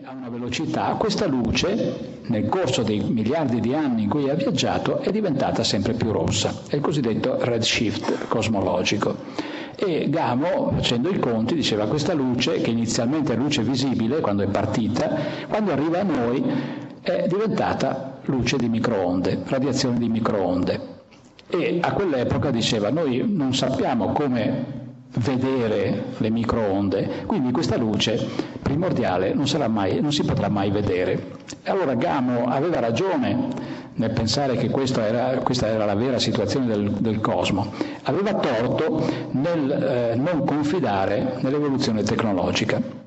a una velocità, questa luce, nel corso dei miliardi di anni in cui ha viaggiato, è diventata sempre più rossa. È il cosiddetto redshift cosmologico. E Gamow, facendo i conti, diceva questa luce, che inizialmente è luce visibile quando è partita, quando arriva a noi è diventata luce di microonde, radiazione di microonde. E a quell'epoca diceva, noi non sappiamo come vedere le microonde, quindi questa luce primordiale non si potrà mai vedere. E allora Gamow aveva ragione nel pensare che questa era la vera situazione del cosmo, aveva torto nel non confidare nell'evoluzione tecnologica.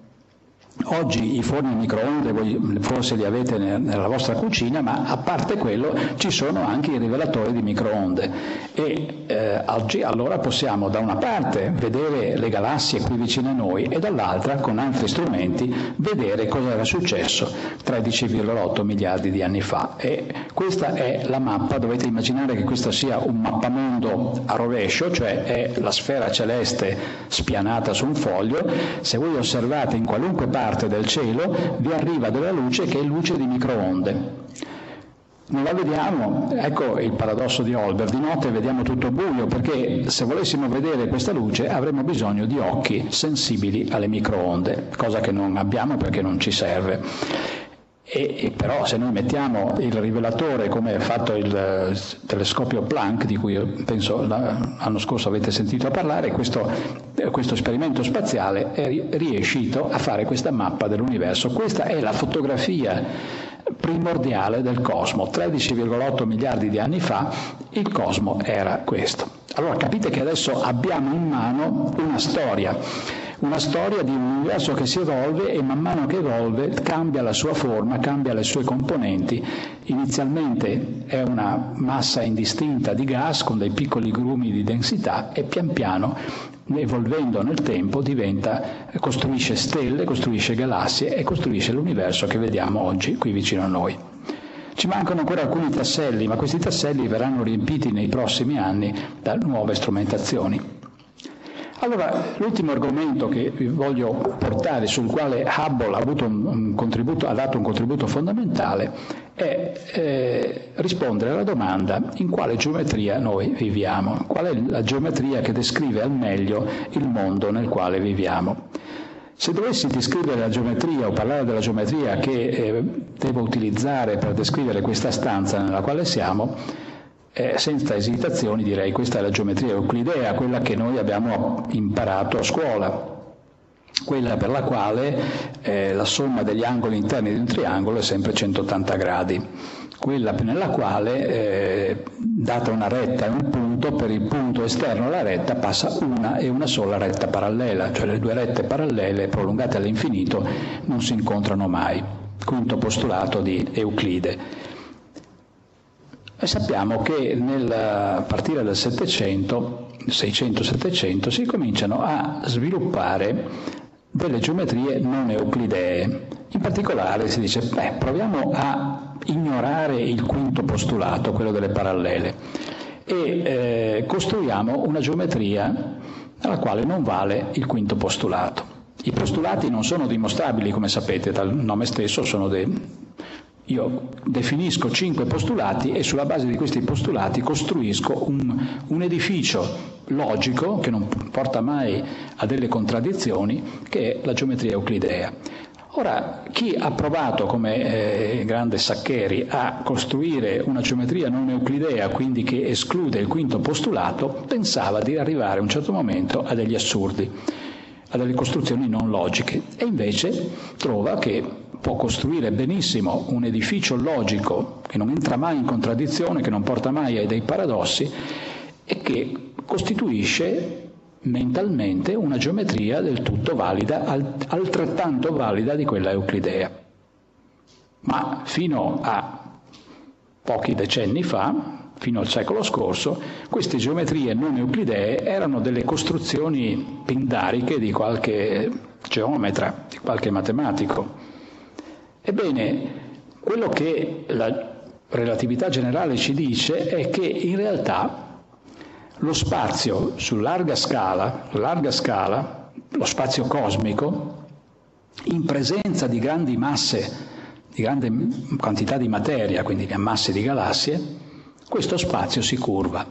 Oggi i forni a microonde voi forse li avete nella vostra cucina, ma a parte quello ci sono anche i rivelatori di microonde e oggi allora possiamo da una parte vedere le galassie qui vicine a noi e dall'altra con altri strumenti vedere cosa era successo 13,8 miliardi di anni fa. E questa è la mappa, dovete immaginare che questo sia un mappamondo a rovescio, cioè è la sfera celeste spianata su un foglio. Se voi osservate in qualunque parte del cielo vi arriva della luce che è luce di microonde. Non la vediamo, ecco il paradosso di Olbers, di notte vediamo tutto buio, perché se volessimo vedere questa luce avremmo bisogno di occhi sensibili alle microonde, cosa che non abbiamo perché non ci serve. E però se noi mettiamo il rivelatore come è fatto il telescopio Planck, di cui penso l'anno scorso avete sentito parlare, questo esperimento spaziale è riuscito a fare questa mappa dell'universo. Questa è la fotografia primordiale del cosmo. 13,8 miliardi di anni fa il cosmo era questo. Allora capite che adesso abbiamo in mano una storia di un universo che si evolve e man mano che evolve cambia la sua forma, cambia le sue componenti. Inizialmente è una massa indistinta di gas con dei piccoli grumi di densità e pian piano, evolvendo nel tempo, costruisce stelle, costruisce galassie e costruisce l'universo che vediamo oggi qui vicino a noi. Ci mancano ancora alcuni tasselli, ma questi tasselli verranno riempiti nei prossimi anni da nuove strumentazioni. Allora, l'ultimo argomento che vi voglio portare, sul quale Hubble ha dato un contributo fondamentale, è rispondere alla domanda in quale geometria noi viviamo, qual è la geometria che descrive al meglio il mondo nel quale viviamo. Se dovessi descrivere la geometria o parlare della geometria che devo utilizzare per descrivere questa stanza nella quale siamo, senza esitazioni direi questa è la geometria euclidea, quella che noi abbiamo imparato a scuola, quella per la quale la somma degli angoli interni di un triangolo è sempre 180 gradi, quella nella quale data una retta e un punto, per il punto esterno alla retta passa una e una sola retta parallela, cioè le due rette parallele prolungate all'infinito non si incontrano mai. Quinto postulato di Euclide. E sappiamo che a partire dal 600-700 si cominciano a sviluppare delle geometrie non euclidee. In particolare si dice, proviamo a ignorare il quinto postulato, quello delle parallele, e costruiamo una geometria nella quale non vale il quinto postulato. I postulati non sono dimostrabili, come sapete, dal nome stesso io definisco 5 postulati e sulla base di questi postulati costruisco un edificio logico che non porta mai a delle contraddizioni, che è la geometria euclidea. Ora, chi ha provato come il grande Saccheri a costruire una geometria non euclidea, quindi che esclude il quinto postulato, pensava di arrivare a un certo momento a degli assurdi, a delle costruzioni non logiche, e invece trova che può costruire benissimo un edificio logico che non entra mai in contraddizione, che non porta mai a dei paradossi e che costituisce mentalmente una geometria del tutto valida, altrettanto valida di quella euclidea. Ma fino a pochi decenni fa, fino al secolo scorso, queste geometrie non euclidee erano delle costruzioni pindariche di qualche geometra, di qualche matematico. Ebbene, quello che la relatività generale ci dice è che in realtà lo spazio su larga scala, lo spazio cosmico, in presenza di grandi masse, di grande quantità di materia, quindi masse di galassie, questo spazio si curva.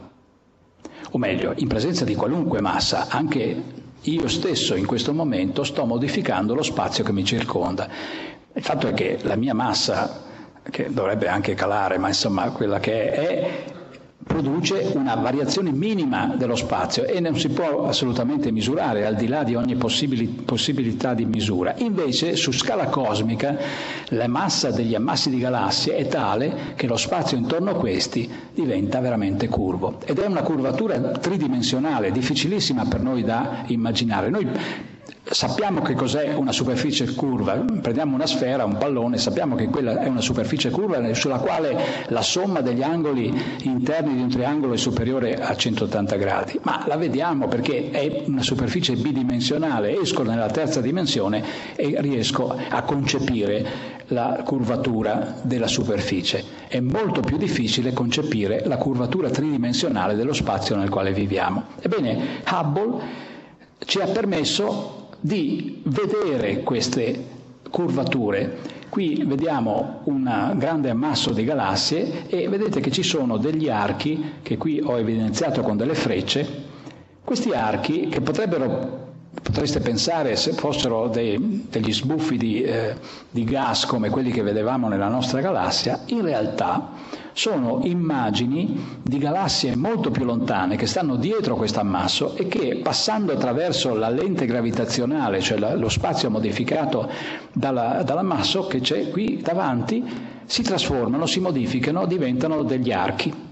O meglio, in presenza di qualunque massa, anche io stesso in questo momento sto modificando lo spazio che mi circonda. Il fatto è che la mia massa, che dovrebbe anche calare, ma insomma quella che è, produce una variazione minima dello spazio e non si può assolutamente misurare al di là di ogni possibilità di misura. Invece su scala cosmica la massa degli ammassi di galassie è tale che lo spazio intorno a questi diventa veramente curvo, ed è una curvatura tridimensionale difficilissima per noi da immaginare. Noi sappiamo che cos'è una superficie curva, prendiamo una sfera, un pallone, sappiamo che quella è una superficie curva sulla quale la somma degli angoli interni di un triangolo è superiore a 180 gradi, ma la vediamo perché è una superficie bidimensionale. Esco nella terza dimensione e riesco a concepire la curvatura della superficie. È molto più difficile concepire la curvatura tridimensionale dello spazio nel quale viviamo. Ebbene, Hubble ci ha permesso di vedere queste curvature. Qui vediamo un grande ammasso di galassie e vedete che ci sono degli archi che qui ho evidenziato con delle frecce. Questi archi, che potreste pensare se fossero degli sbuffi di gas come quelli che vedevamo nella nostra galassia, in realtà sono immagini di galassie molto più lontane che stanno dietro questo ammasso e che, passando attraverso la lente gravitazionale, cioè lo spazio modificato dall'ammasso che c'è qui davanti, si trasformano, si modificano, diventano degli archi.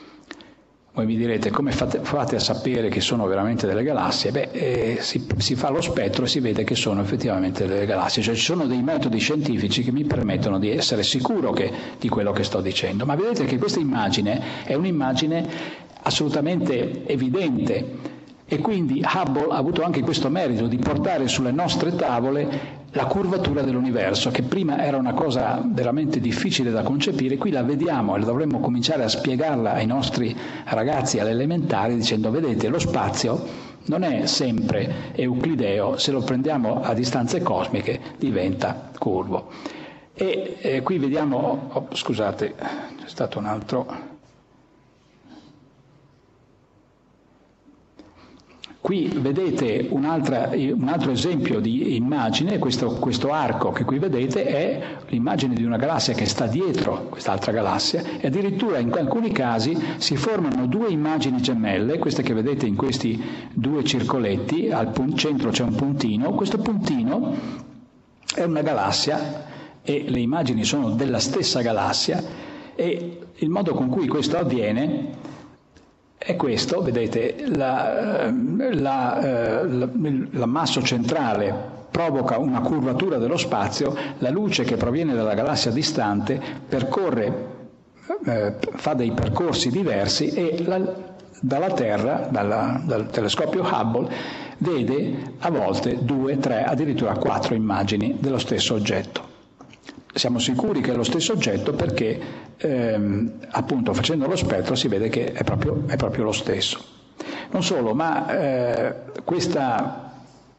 Voi mi direte, come fate a sapere che sono veramente delle galassie? Si fa lo spettro e si vede che sono effettivamente delle galassie. Cioè ci sono dei metodi scientifici che mi permettono di essere sicuro di quello che sto dicendo. Ma vedete che questa immagine è un'immagine assolutamente evidente, e quindi Hubble ha avuto anche questo merito di portare sulle nostre tavole la curvatura dell'universo, che prima era una cosa veramente difficile da concepire. Qui la vediamo e dovremmo cominciare a spiegarla ai nostri ragazzi alle elementari dicendo: vedete, lo spazio non è sempre euclideo, se lo prendiamo a distanze cosmiche diventa curvo. E qui vediamo, scusate, c'è stato un altro. Qui vedete un altro esempio di immagine. Questo arco che qui vedete è l'immagine di una galassia che sta dietro quest'altra galassia, e addirittura in alcuni casi si formano due immagini gemelle, queste che vedete in questi due circoletti. Al centro c'è un puntino, questo puntino è una galassia e le immagini sono della stessa galassia, e il modo con cui questo avviene è questo. Vedete, l'ammasso centrale provoca una curvatura dello spazio, la luce che proviene dalla galassia distante fa dei percorsi diversi, e dalla Terra, dal telescopio Hubble, vede a volte 2, 3, addirittura 4 immagini dello stesso oggetto. Siamo sicuri che è lo stesso oggetto perché appunto facendo lo spettro si vede che è proprio lo stesso. Non solo, ma questa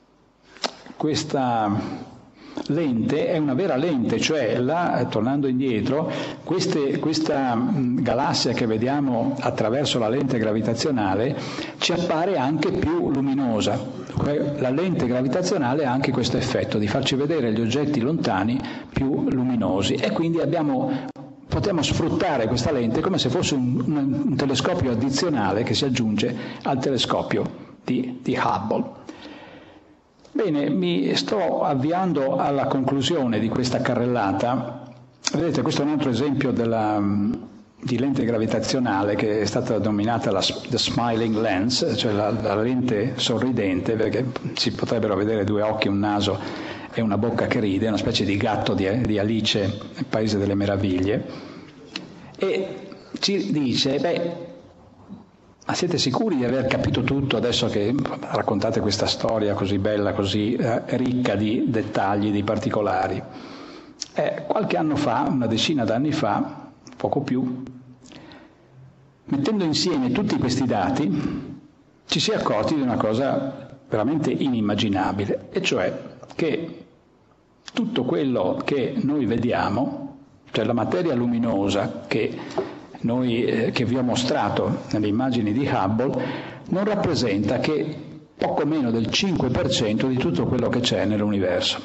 lente è una vera lente, cioè tornando indietro, questa galassia che vediamo attraverso la lente gravitazionale ci appare anche più luminosa. La lente gravitazionale ha anche questo effetto di farci vedere gli oggetti lontani più luminosi, e quindi potremmo sfruttare questa lente come se fosse un telescopio addizionale che si aggiunge al telescopio di Hubble. Bene, mi sto avviando alla conclusione di questa carrellata. Vedete, questo è un altro esempio di lente gravitazionale che è stata denominata the smiling lens, cioè la lente sorridente, perché si potrebbero vedere due occhi, un naso e una bocca che ride, una specie di gatto di Alice nel Paese delle Meraviglie. E ci dice: ma siete sicuri di aver capito tutto adesso che raccontate questa storia così bella, così ricca di dettagli, di particolari? Qualche anno fa, una decina d'anni fa, poco più, mettendo insieme tutti questi dati, ci si è accorti di una cosa veramente inimmaginabile, e cioè che tutto quello che noi vediamo, cioè la materia luminosa che vi ho mostrato nelle immagini di Hubble, non rappresenta che poco meno del 5% di tutto quello che c'è nell'universo.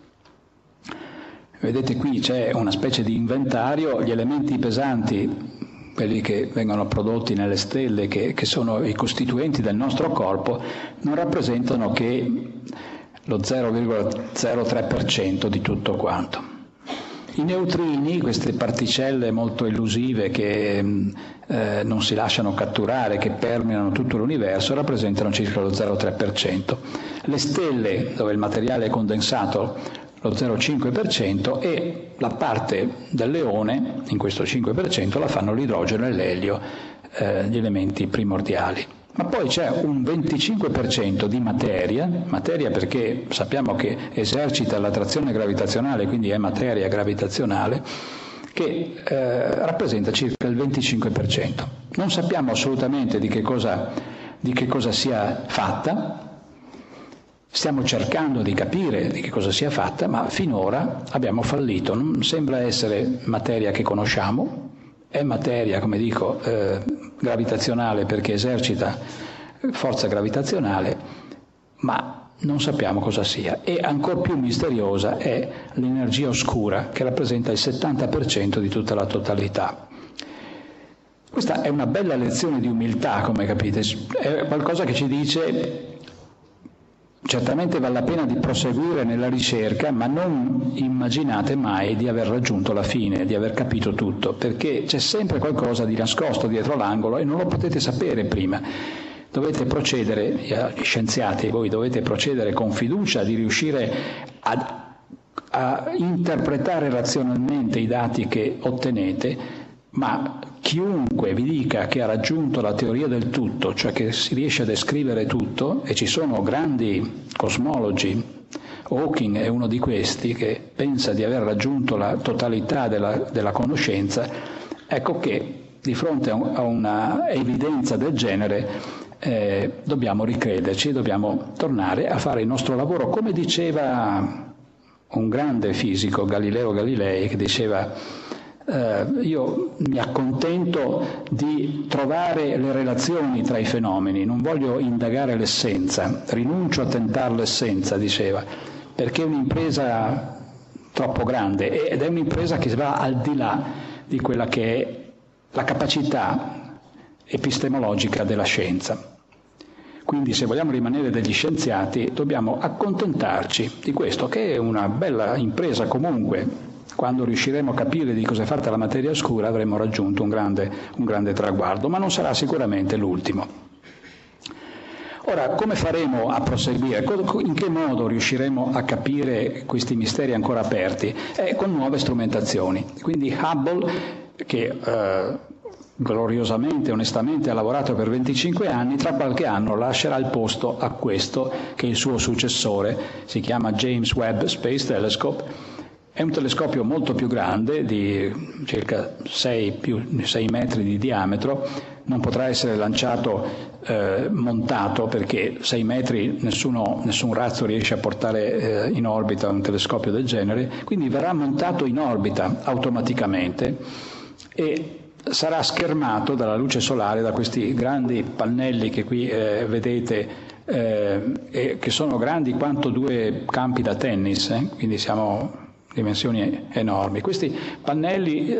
Vedete qui c'è una specie di inventario, gli elementi pesanti, quelli che vengono prodotti nelle stelle, che sono i costituenti del nostro corpo, non rappresentano che lo 0,03% di tutto quanto. I neutrini, queste particelle molto elusive che non si lasciano catturare, che permeano tutto l'universo, rappresentano circa lo 0,3%. Le stelle, dove il materiale è condensato, lo 0,5%, e la parte del leone, in questo 5%, la fanno l'idrogeno e l'elio, gli elementi primordiali. Ma poi c'è un 25% di materia perché sappiamo che esercita l'attrazione gravitazionale, quindi è materia gravitazionale, che rappresenta circa il 25%. Non sappiamo assolutamente di che cosa sia fatta, stiamo cercando di capire di che cosa sia fatta, ma finora abbiamo fallito. Non sembra essere materia che conosciamo, è materia, come dico, gravitazionale perché esercita forza gravitazionale, ma non sappiamo cosa sia. E ancor più misteriosa è l'energia oscura, che rappresenta il 70% di tutta la totalità. Questa è una bella lezione di umiltà, come capite, è qualcosa che ci dice: certamente vale la pena di proseguire nella ricerca, ma non immaginate mai di aver raggiunto la fine, di aver capito tutto, perché c'è sempre qualcosa di nascosto dietro l'angolo e non lo potete sapere prima. Dovete procedere, gli scienziati, voi dovete procedere con fiducia di riuscire a interpretare razionalmente i dati che ottenete, ma chiunque vi dica che ha raggiunto la teoria del tutto, cioè che si riesce a descrivere tutto, e ci sono grandi cosmologi, Hawking è uno di questi, che pensa di aver raggiunto la totalità della conoscenza, ecco che di fronte a una evidenza del genere dobbiamo ricrederci, dobbiamo tornare a fare il nostro lavoro, come diceva un grande fisico, Galileo Galilei, che diceva: io mi accontento di trovare le relazioni tra i fenomeni, non voglio indagare l'essenza, rinuncio a tentare l'essenza, diceva, perché è un'impresa troppo grande ed è un'impresa che va al di là di quella che è la capacità epistemologica della scienza. Quindi se vogliamo rimanere degli scienziati dobbiamo accontentarci di questo, che è una bella impresa comunque. Quando riusciremo a capire di cosa è fatta la materia oscura avremo raggiunto un grande traguardo, ma non sarà sicuramente l'ultimo. Ora, come faremo a proseguire? In che modo riusciremo a capire questi misteri ancora aperti? Con nuove strumentazioni. Quindi Hubble, che gloriosamente, onestamente ha lavorato per 25 anni, tra qualche anno lascerà il posto a questo, che è il suo successore, si chiama James Webb Space Telescope. È un telescopio molto più grande, di circa 6 metri di diametro, non potrà essere lanciato montato, perché 6 metri nessun razzo riesce a portare in orbita un telescopio del genere, quindi verrà montato in orbita automaticamente e sarà schermato dalla luce solare, da questi grandi pannelli che qui vedete, che sono grandi quanto 2 campi da tennis, quindi siamo dimensioni enormi. Questi pannelli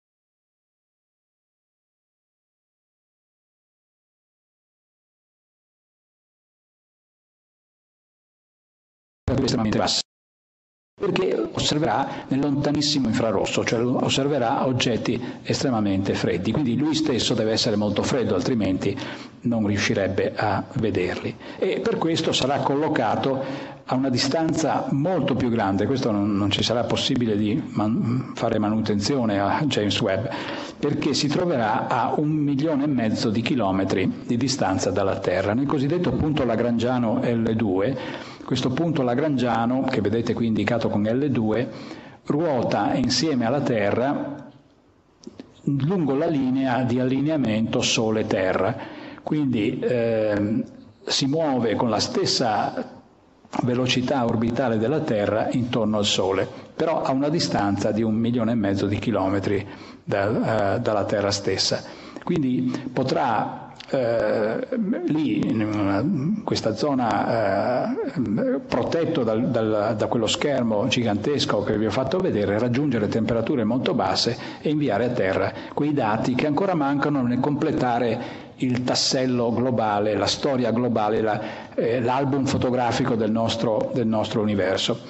estremamente bassi, perché osserverà nel lontanissimo infrarosso, cioè osserverà oggetti estremamente freddi, quindi lui stesso deve essere molto freddo, altrimenti non riuscirebbe a vederli, e per questo sarà collocato a una distanza molto più grande. Questo non ci sarà possibile di fare manutenzione a James Webb, perché si troverà a 1,5 milioni di chilometri di distanza dalla Terra, nel cosiddetto punto lagrangiano L2. Questo punto lagrangiano, che vedete qui indicato con L2, ruota insieme alla Terra lungo la linea di allineamento Sole-Terra, quindi si muove con la stessa velocità orbitale della Terra intorno al Sole, però a una distanza di 1,5 milioni di chilometri dalla Terra stessa. Quindi potrà lì, in questa zona protetto da quello schermo gigantesco che vi ho fatto vedere, raggiungere temperature molto basse e inviare a Terra quei dati che ancora mancano nel completare il tassello globale, la storia globale, l'album fotografico del nostro universo.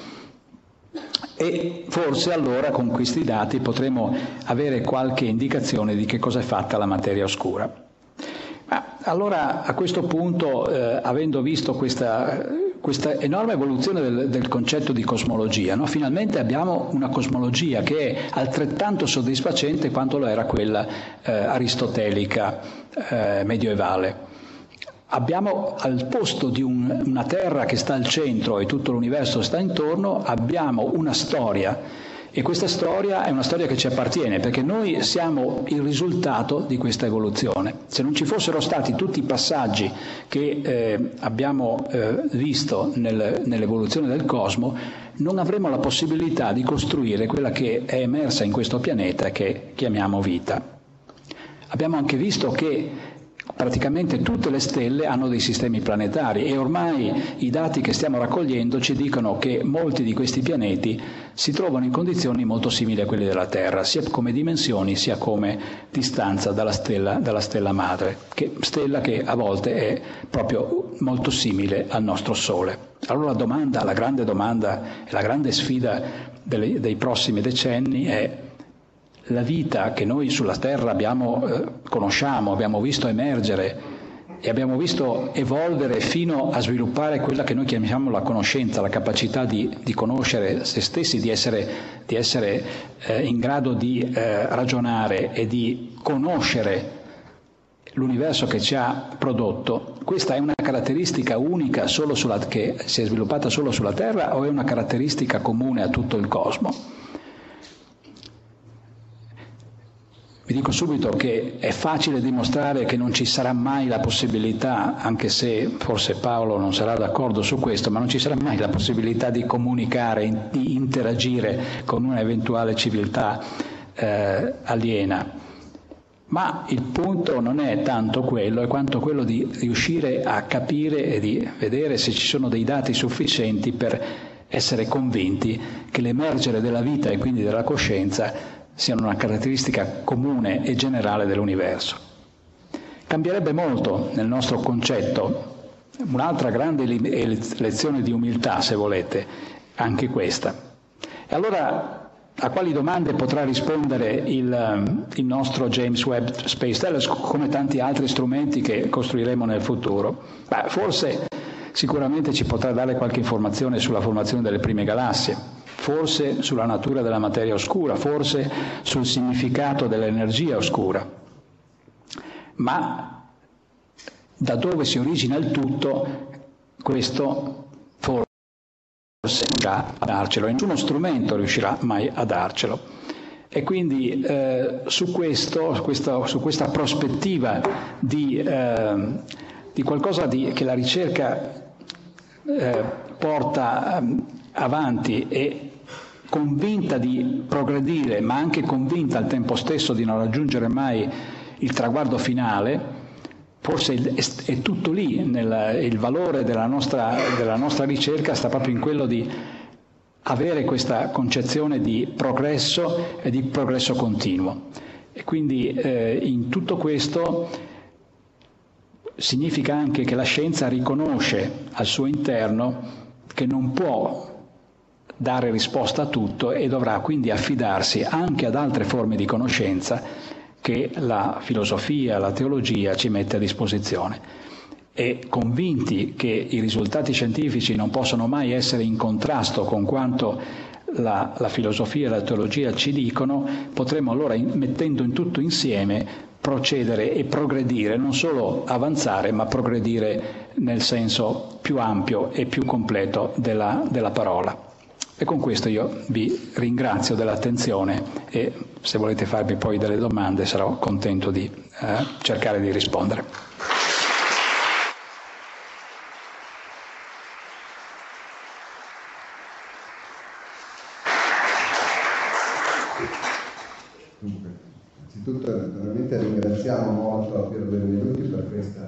E forse allora con questi dati potremo avere qualche indicazione di che cosa è fatta la materia oscura. Allora a questo punto, avendo visto questa enorme evoluzione del concetto di cosmologia, no? Finalmente abbiamo una cosmologia che è altrettanto soddisfacente quanto lo era quella aristotelica medievale. Abbiamo al posto di una Terra che sta al centro e tutto l'universo sta intorno, abbiamo una storia. E questa storia è una storia che ci appartiene, perché noi siamo il risultato di questa evoluzione. Se non ci fossero stati tutti i passaggi che abbiamo visto nell'evoluzione del cosmo, non avremo la possibilità di costruire quella che è emersa in questo pianeta che chiamiamo vita. Abbiamo anche visto che praticamente tutte le stelle hanno dei sistemi planetari e ormai i dati che stiamo raccogliendo ci dicono che molti di questi pianeti si trovano in condizioni molto simili a quelle della Terra, sia come dimensioni sia come distanza dalla stella madre, stella che a volte è proprio molto simile al nostro Sole. Allora la grande domanda e la grande sfida dei prossimi decenni è: la vita che noi sulla Terra conosciamo, abbiamo visto emergere e abbiamo visto evolvere fino a sviluppare quella che noi chiamiamo la conoscenza, la capacità di conoscere se stessi, di essere in grado di ragionare e di conoscere l'universo che ci ha prodotto. Questa è una caratteristica unica che si è sviluppata solo sulla Terra o è una caratteristica comune a tutto il cosmo? Vi dico subito che è facile dimostrare che non ci sarà mai la possibilità, anche se forse Paolo non sarà d'accordo su questo, ma non ci sarà mai la possibilità di comunicare, di interagire con un'eventuale civiltà aliena. Ma il punto non è tanto quello, è quanto quello di riuscire a capire e di vedere se ci sono dei dati sufficienti per essere convinti che l'emergere della vita e quindi della coscienza siano una caratteristica comune e generale dell'universo. Cambierebbe molto nel nostro concetto, un'altra grande lezione di umiltà, se volete, anche questa. E allora a quali domande potrà rispondere il nostro James Webb Space Telescope, come tanti altri strumenti che costruiremo nel futuro? Forse sicuramente ci potrà dare qualche informazione sulla formazione delle prime galassie, forse sulla natura della materia oscura, forse sul significato dell'energia oscura. Ma da dove si origina il tutto, questo forse riuscirà a darcelo, e nessuno strumento riuscirà mai a darcelo. E quindi su questa prospettiva di qualcosa che la ricerca porta avanti e convinta di progredire, ma anche convinta al tempo stesso di non raggiungere mai il traguardo finale, forse è tutto lì, il valore della nostra ricerca sta proprio in quello di avere questa concezione di progresso e di progresso continuo. E quindi in tutto questo significa anche che la scienza riconosce al suo interno che non può dare risposta a tutto e dovrà quindi affidarsi anche ad altre forme di conoscenza che la filosofia, la teologia ci mette a disposizione. E convinti che i risultati scientifici non possono mai essere in contrasto con quanto la filosofia e la teologia ci dicono, potremo allora, mettendo in tutto insieme, procedere e progredire, non solo avanzare, ma progredire nel senso più ampio e più completo della parola. E con questo io vi ringrazio dell'attenzione e se volete farmi poi delle domande sarò contento di cercare di rispondere. innanzitutto veramente ringraziamo molto Piero Benvenuti per questo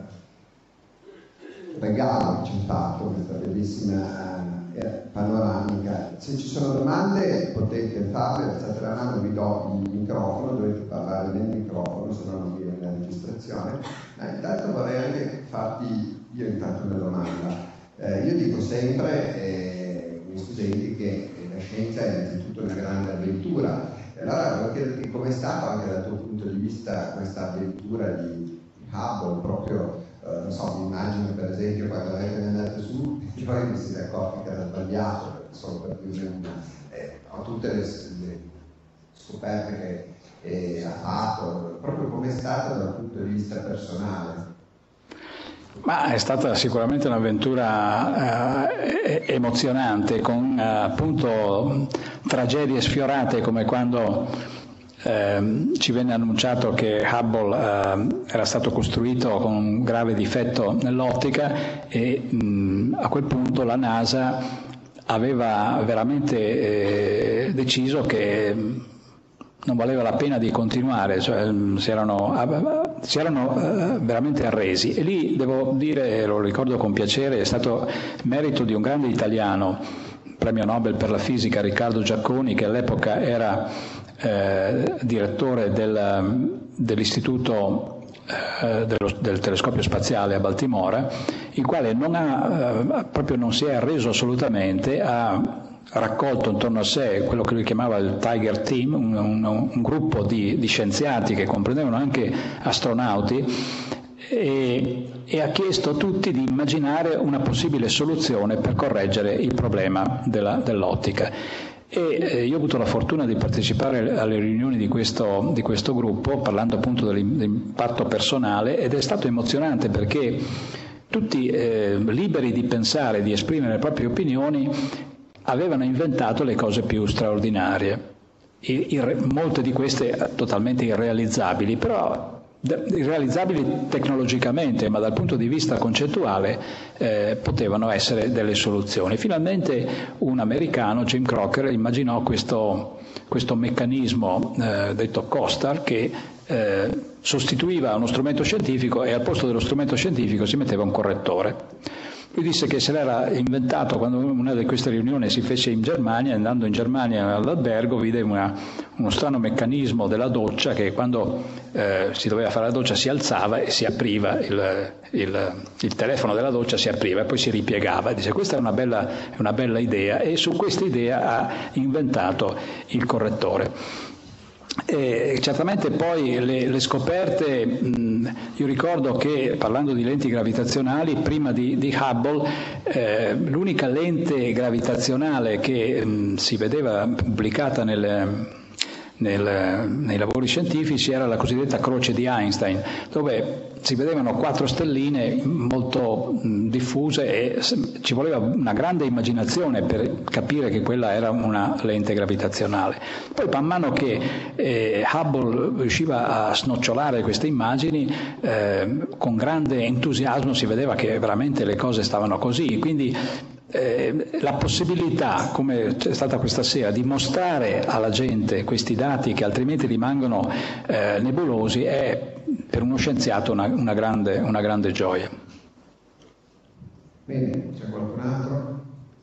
regalo che ci ha fatto, questa bellissima panoramica. Se ci sono domande potete farle, alzate la mano, vi do il microfono, dovete parlare nel microfono, se no non viene la registrazione. Intanto vorrei anche farti io intanto una domanda. Io dico sempre, mi studenti, che la scienza è innanzitutto una grande avventura. Allora volevo chiederti com'è stata anche dal tuo punto di vista questa avventura di Hubble, proprio, non so, mi immagino per esempio quando lei è andata su, e poi mi si è accorto che era sbagliato, solo per dire una, ho tutte le scoperte che ha fatto, proprio com'è stata dal punto di vista personale. Ma è stata sicuramente un'avventura emozionante, con appunto tragedie sfiorate, come quando ci venne annunciato che Hubble era stato costruito con un grave difetto nell'ottica e a quel punto la NASA aveva veramente deciso che non valeva la pena di continuare, cioè si erano veramente arresi. E lì devo dire, lo ricordo con piacere, è stato merito di un grande italiano, premio Nobel per la fisica, Riccardo Giacconi, che all'epoca era direttore dell'istituto del telescopio spaziale a Baltimora, il quale proprio non si è arreso assolutamente, ha raccolto intorno a sé quello che lui chiamava il Tiger Team, un gruppo di scienziati che comprendevano anche astronauti, e ha chiesto a tutti di immaginare una possibile soluzione per correggere il problema dell'ottica. E io ho avuto la fortuna di partecipare alle riunioni di questo gruppo, parlando appunto dell'impatto personale, ed è stato emozionante perché tutti liberi di pensare, di esprimere le proprie opinioni, avevano inventato le cose più straordinarie, molte di queste totalmente irrealizzabili, però irrealizzabili tecnologicamente, ma dal punto di vista concettuale potevano essere delle soluzioni. Finalmente un americano, Jim Crocker, immaginò questo meccanismo detto COSTAR, che sostituiva uno strumento scientifico e al posto dello strumento scientifico si metteva un correttore. Lui disse che se l'era inventato quando una di queste riunioni si fece in Germania, andando in Germania all'albergo vide uno strano meccanismo della doccia che quando si doveva fare la doccia si alzava e si apriva, il telefono della doccia si apriva e poi si ripiegava. Dice questa è una bella idea, e su questa idea ha inventato il correttore. E certamente poi le scoperte, io ricordo che parlando di lenti gravitazionali, prima di Hubble, l'unica lente gravitazionale che si vedeva pubblicata nei lavori scientifici era la cosiddetta croce di Einstein, dove si vedevano 4 stelline molto diffuse e ci voleva una grande immaginazione per capire che quella era una lente gravitazionale. Poi man mano che Hubble riusciva a snocciolare queste immagini, con grande entusiasmo si vedeva che veramente le cose stavano così, quindi la possibilità, come c'è stata questa sera, di mostrare alla gente questi dati che altrimenti rimangono nebulosi è per uno scienziato una grande gioia. Bene, c'è qualcun altro?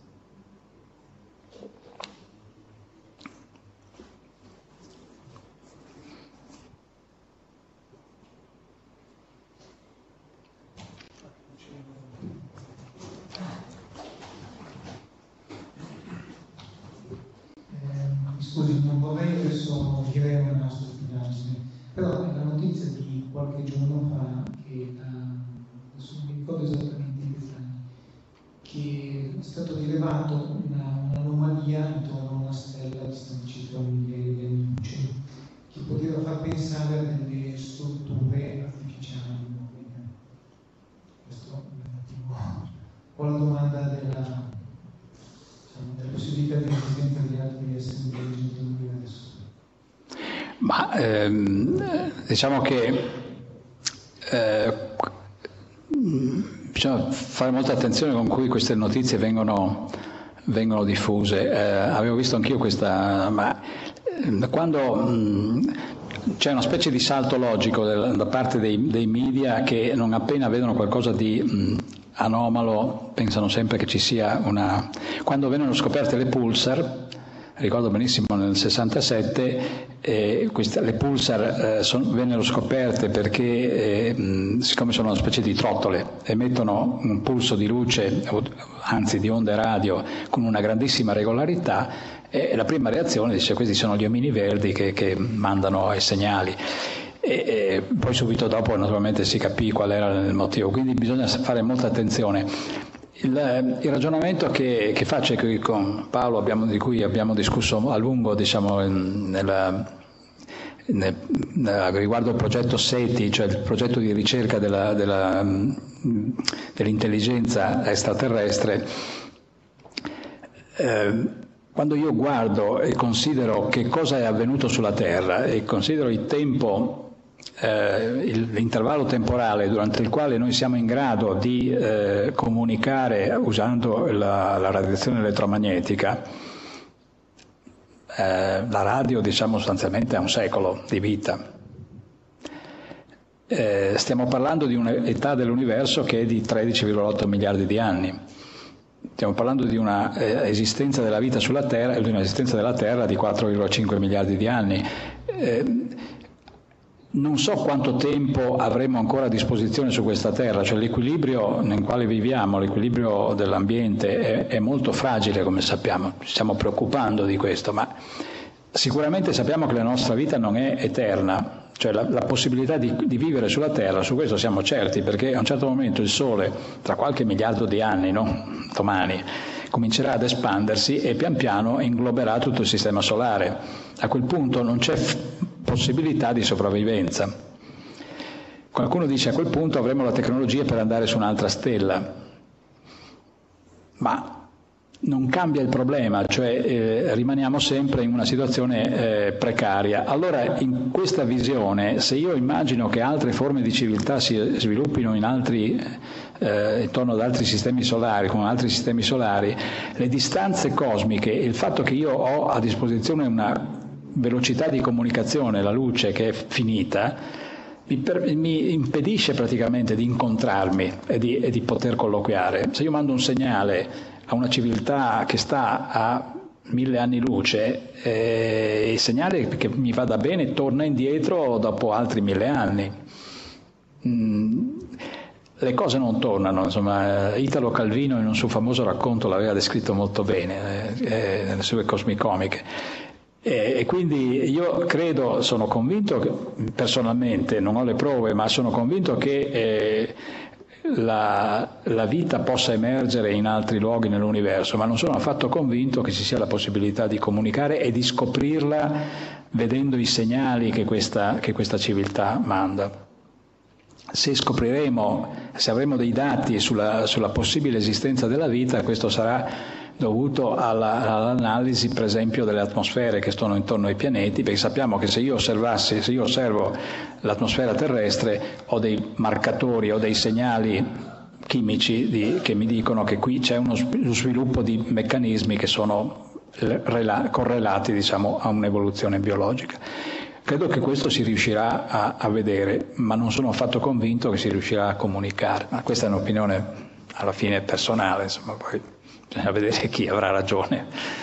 Scusi, non vorrei adesso dire una stupidaggine, però è la notizia di qualche giorno fa, che adesso non mi ricordo esattamente i dettagli, che è stato rilevato un'anomalia intorno a una stella distante circa 1000 anni luce, che poteva far pensare a delle strutture artificiali. Questo è un attimo con la domanda della possibilità di esistenza di altri esseri intelligenti nell'universo. Ma diciamo che bisogna fare molta attenzione con cui queste notizie vengono diffuse. Avevo visto anch'io questa, ma quando c'è una specie di salto logico da parte dei media, che non appena vedono qualcosa di anomalo pensano sempre che ci sia una... Quando vennero scoperte le pulsar, ricordo benissimo nel 67, le pulsar vennero scoperte perché, siccome sono una specie di trottole, emettono un pulso di luce, anzi di onde radio, con una grandissima regolarità, e la prima reazione dice: questi sono gli omini verdi che mandano i segnali. E poi subito dopo naturalmente si capì qual era il motivo, quindi bisogna fare molta attenzione. Il ragionamento che faccio con Paolo, di cui abbiamo discusso a lungo, diciamo, riguardo il progetto SETI, cioè il progetto di ricerca dell'intelligenza extraterrestre, quando io guardo e considero che cosa è avvenuto sulla Terra e considero il tempo, l'intervallo temporale durante il quale noi siamo in grado di comunicare usando la radiazione elettromagnetica, la radio, diciamo, sostanzialmente ha un secolo di vita. Stiamo parlando di un'età dell'universo che è di 13,8 miliardi di anni. Stiamo parlando di una esistenza della vita sulla Terra e di un'esistenza della Terra di 4,5 miliardi di anni. Non so quanto tempo avremo ancora a disposizione su questa Terra, cioè l'equilibrio nel quale viviamo, l'equilibrio dell'ambiente è molto fragile, come sappiamo, ci stiamo preoccupando di questo, ma sicuramente sappiamo che la nostra vita non è eterna, cioè la possibilità di vivere sulla Terra, su questo siamo certi, perché a un certo momento il Sole, tra qualche miliardo di anni, no? Domani, comincerà ad espandersi e pian piano ingloberà tutto il sistema solare. A quel punto non c'è possibilità di sopravvivenza. Qualcuno dice: a quel punto avremo la tecnologia per andare su un'altra stella, ma non cambia il problema, cioè rimaniamo sempre in una situazione precaria. Allora, in questa visione, se io immagino che altre forme di civiltà si sviluppino intorno ad altri sistemi solari, con altri sistemi solari, le distanze cosmiche, il fatto che io ho a disposizione una velocità di comunicazione, la luce, che è finita, mi impedisce praticamente di incontrarmi e di poter colloquiare. Se io mando un segnale a una civiltà che sta a 1000 anni luce, il segnale che mi vada bene torna indietro dopo altri 1000 anni. Le cose non tornano, insomma. Italo Calvino in un suo famoso racconto l'aveva descritto molto bene, nelle sue cosmicomiche. E quindi io credo, sono convinto, personalmente non ho le prove, ma sono convinto che la vita possa emergere in altri luoghi nell'universo, ma non sono affatto convinto che ci sia la possibilità di comunicare e di scoprirla vedendo i segnali che questa civiltà manda. Se avremo dei dati sulla possibile esistenza della vita, questo sarà dovuto all'analisi, per esempio, delle atmosfere che stanno intorno ai pianeti, perché sappiamo che se io osservo l'atmosfera terrestre, ho dei marcatori, ho dei segnali chimici che mi dicono che qui c'è uno sviluppo di meccanismi che sono correlati, diciamo, a un'evoluzione biologica. Credo che questo si riuscirà a vedere, ma non sono affatto convinto che si riuscirà a comunicare. Ma questa è un'opinione alla fine personale, insomma, poi bisogna vedere chi avrà ragione.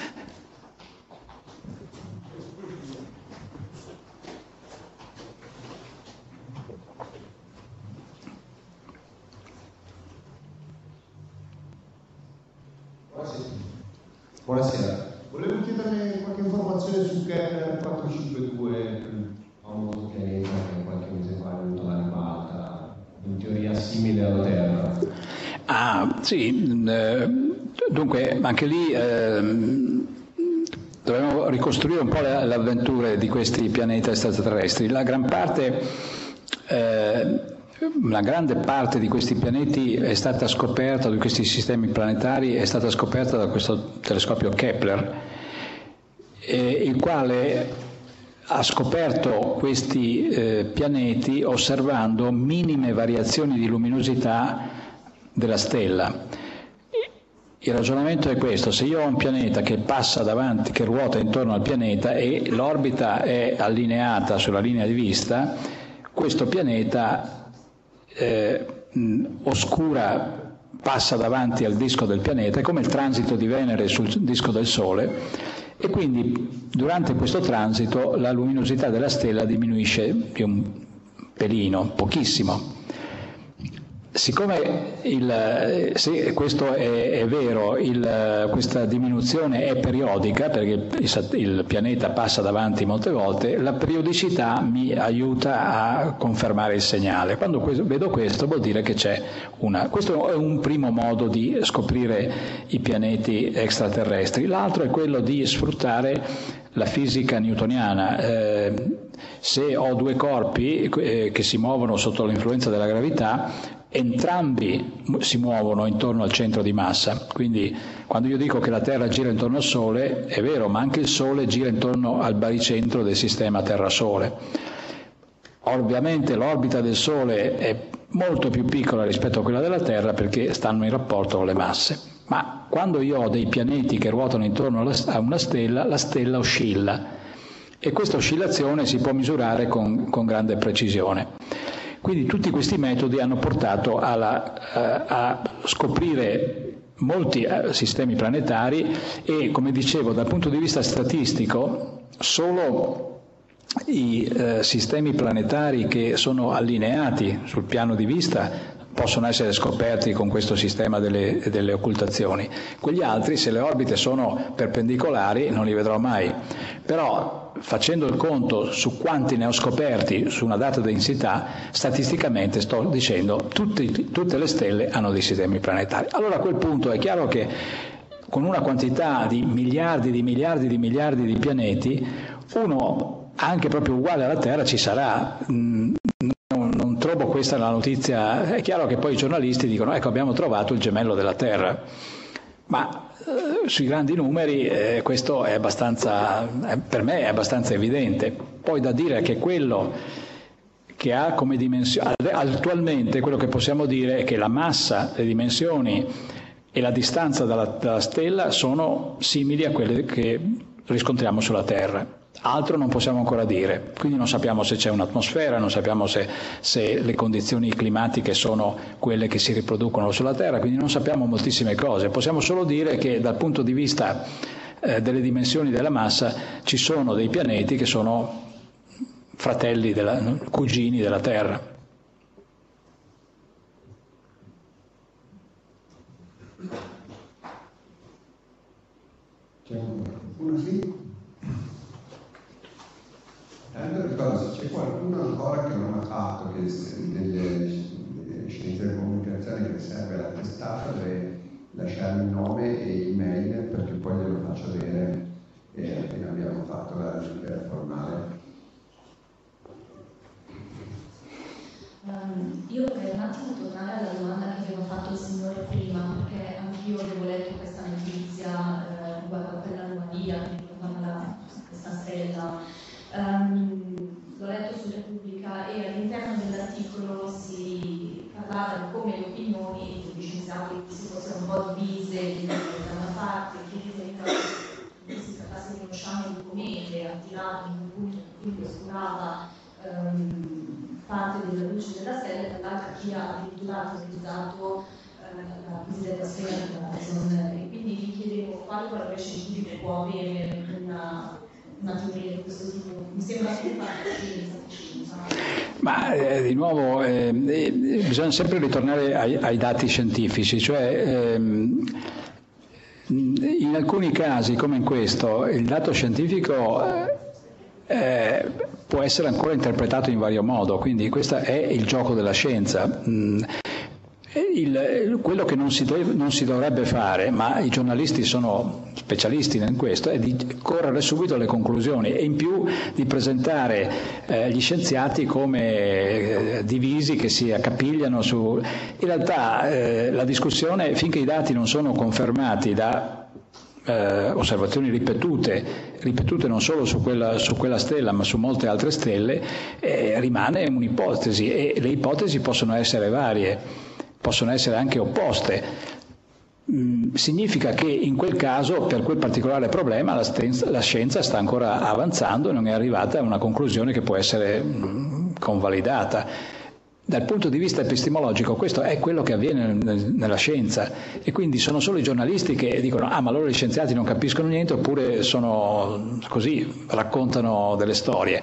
Buonasera. Volevo chiederle qualche informazione su Kepler 452, famoso pianeta che qualche mese fa è venuto alla ribalta, in teoria simile alla Terra. Ah, sì. Dunque, anche lì dovremmo ricostruire un po' le avventure di questi pianeti extraterrestri. La grande parte di questi pianeti è stata scoperta, di questi sistemi planetari, è stata scoperta da questo telescopio Kepler, il quale ha scoperto questi pianeti osservando minime variazioni di luminosità della stella. Il ragionamento è questo: se io ho un pianeta che passa davanti, che ruota intorno al pianeta e l'orbita è allineata sulla linea di vista, questo pianeta oscura passa davanti al disco del pianeta, è come il transito di Venere sul disco del Sole, e quindi durante questo transito la luminosità della stella diminuisce di un pelino, pochissimo. Siccome se questo è vero, questa diminuzione è periodica, perché il pianeta passa davanti molte volte, la periodicità mi aiuta a confermare il segnale. Quando vedo questo vuol dire che c'è questo è un primo modo di scoprire i pianeti extraterrestri. L'altro è quello di sfruttare la fisica newtoniana. Se ho due corpi che si muovono sotto l'influenza della gravità, entrambi si muovono intorno al centro di massa. Quindi quando io dico che la Terra gira intorno al Sole, è vero, ma anche il Sole gira intorno al baricentro del sistema Terra-Sole. Ovviamente l'orbita del Sole è molto più piccola rispetto a quella della Terra, perché stanno in rapporto con le masse. Ma quando io ho dei pianeti che ruotano intorno a una stella, la stella oscilla, e questa oscillazione si può misurare con grande precisione. Quindi tutti questi metodi hanno portato a scoprire molti sistemi planetari e, come dicevo, dal punto di vista statistico, solo i sistemi planetari che sono allineati sul piano di vista possono essere scoperti con questo sistema delle occultazioni. Quegli altri, se le orbite sono perpendicolari, non li vedrò mai. Però, facendo il conto su quanti ne ho scoperti su una data densità, statisticamente sto dicendo tutte le stelle hanno dei sistemi planetari. Allora a quel punto è chiaro che con una quantità di miliardi di pianeti, uno anche proprio uguale alla Terra ci sarà. Non trovo questa la notizia. È chiaro che poi i giornalisti dicono: ecco, abbiamo trovato il gemello della Terra, ma sui grandi numeri questo è abbastanza, per me è abbastanza evidente. Poi da dire che quello che ha come dimensione, attualmente quello che possiamo dire è che la massa, le dimensioni e la distanza dalla stella sono simili a quelle che riscontriamo sulla Terra. Altro non possiamo ancora dire, quindi non sappiamo se c'è un'atmosfera, non sappiamo se le condizioni climatiche sono quelle che si riproducono sulla Terra, quindi non sappiamo moltissime cose. Possiamo solo dire che dal punto di vista delle dimensioni della massa ci sono dei pianeti che sono fratelli, cugini della Terra. C'è uno sì? Allora ricordo, se c'è qualcuno ancora che non ha fatto delle scienze della comunicazione che serve alla testata, deve lasciarmi il nome e email, perché poi glielo faccio vedere appena abbiamo fatto la lettera formale. Io vorrei un attimo tornare alla domanda che aveva fatto il signore prima, perché anch'io avevo letto questa notizia riguardo a quella anomalia che riguardava questa stella. L'ho letto su Repubblica e all'interno dell'articolo si parlava di come le opinioni degli scienziati si fossero un po' divise da una parte, che si trattasse di uno sciame di comete attirato in un punto in cui oscurava parte della luce della stella, e dall'altra chi ha addirittura utilizzato la cosiddetta sfera di Dyson. E quindi vi chiedevo quale valore scientifico può avere una teoria di questo tipo. Mi sembra che ma di nuovo bisogna sempre ritornare ai dati scientifici, cioè in alcuni casi come in questo il dato scientifico può essere ancora interpretato in vario modo, quindi questo è il gioco della scienza. Quello che non si dovrebbe fare, ma i giornalisti sono specialisti in questo, è di correre subito alle conclusioni e in più di presentare gli scienziati come divisi che si accapigliano su. In realtà la discussione, finché i dati non sono confermati da osservazioni ripetute non solo su quella stella ma su molte altre stelle, rimane un'ipotesi, e le ipotesi possono essere varie, possono essere anche opposte. significa che in quel caso, per quel particolare problema, la scienza sta ancora avanzando e non è arrivata a una conclusione che può essere convalidata. Dal punto di vista epistemologico questo è quello che avviene nella scienza, e quindi sono solo i giornalisti che dicono ma allora gli scienziati non capiscono niente, oppure sono così, raccontano delle storie.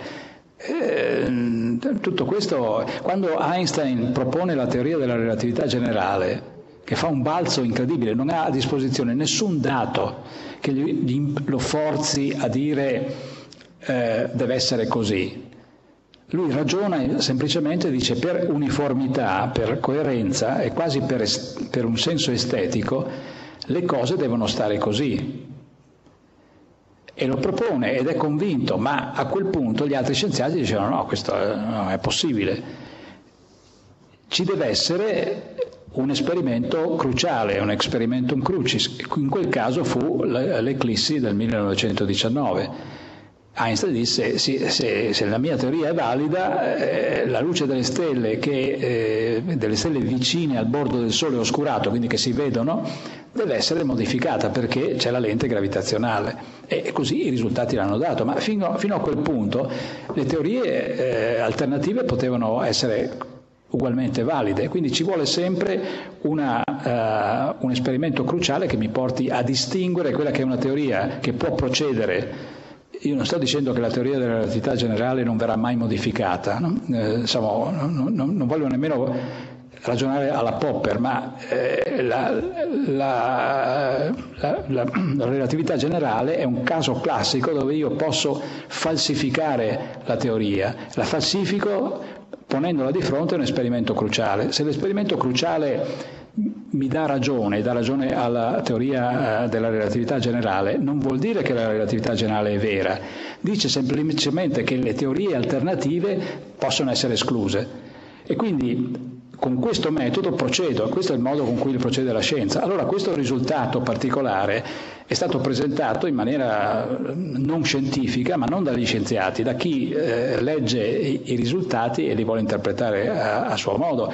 Tutto questo, quando Einstein propone la teoria della relatività generale, che fa un balzo incredibile, non ha a disposizione nessun dato che lo forzi a dire deve essere così. Lui ragiona semplicemente, dice, per uniformità, per coerenza e quasi per un senso estetico, le cose devono stare così. E lo propone ed è convinto, ma a quel punto gli altri scienziati dicevano no, questo non è possibile. Ci deve essere un esperimento cruciale, un experimentum crucis. In quel caso fu l'eclissi del 1919. Einstein disse se la mia teoria è valida, la luce delle stelle, delle stelle vicine al bordo del Sole oscurato, quindi che si vedono, deve essere modificata perché c'è la lente gravitazionale, e così i risultati l'hanno dato. Ma fino a quel punto le teorie alternative potevano essere ugualmente valide, quindi ci vuole sempre un esperimento cruciale che mi porti a distinguere quella che è una teoria che può procedere. Io non sto dicendo che la teoria della relatività generale non verrà mai modificata, no? Non voglio nemmeno ragionare alla Popper, ma la relatività generale è un caso classico dove io posso falsificare la teoria. La falsifico ponendola di fronte a un esperimento cruciale. Se l'esperimento cruciale mi dà ragione alla teoria della relatività generale, non vuol dire che la relatività generale è vera, dice semplicemente che le teorie alternative possono essere escluse. E quindi con questo metodo procedo, questo è il modo con cui procede la scienza. Allora questo risultato particolare è stato presentato in maniera non scientifica, ma non dagli scienziati, da chi legge i risultati e li vuole interpretare a suo modo.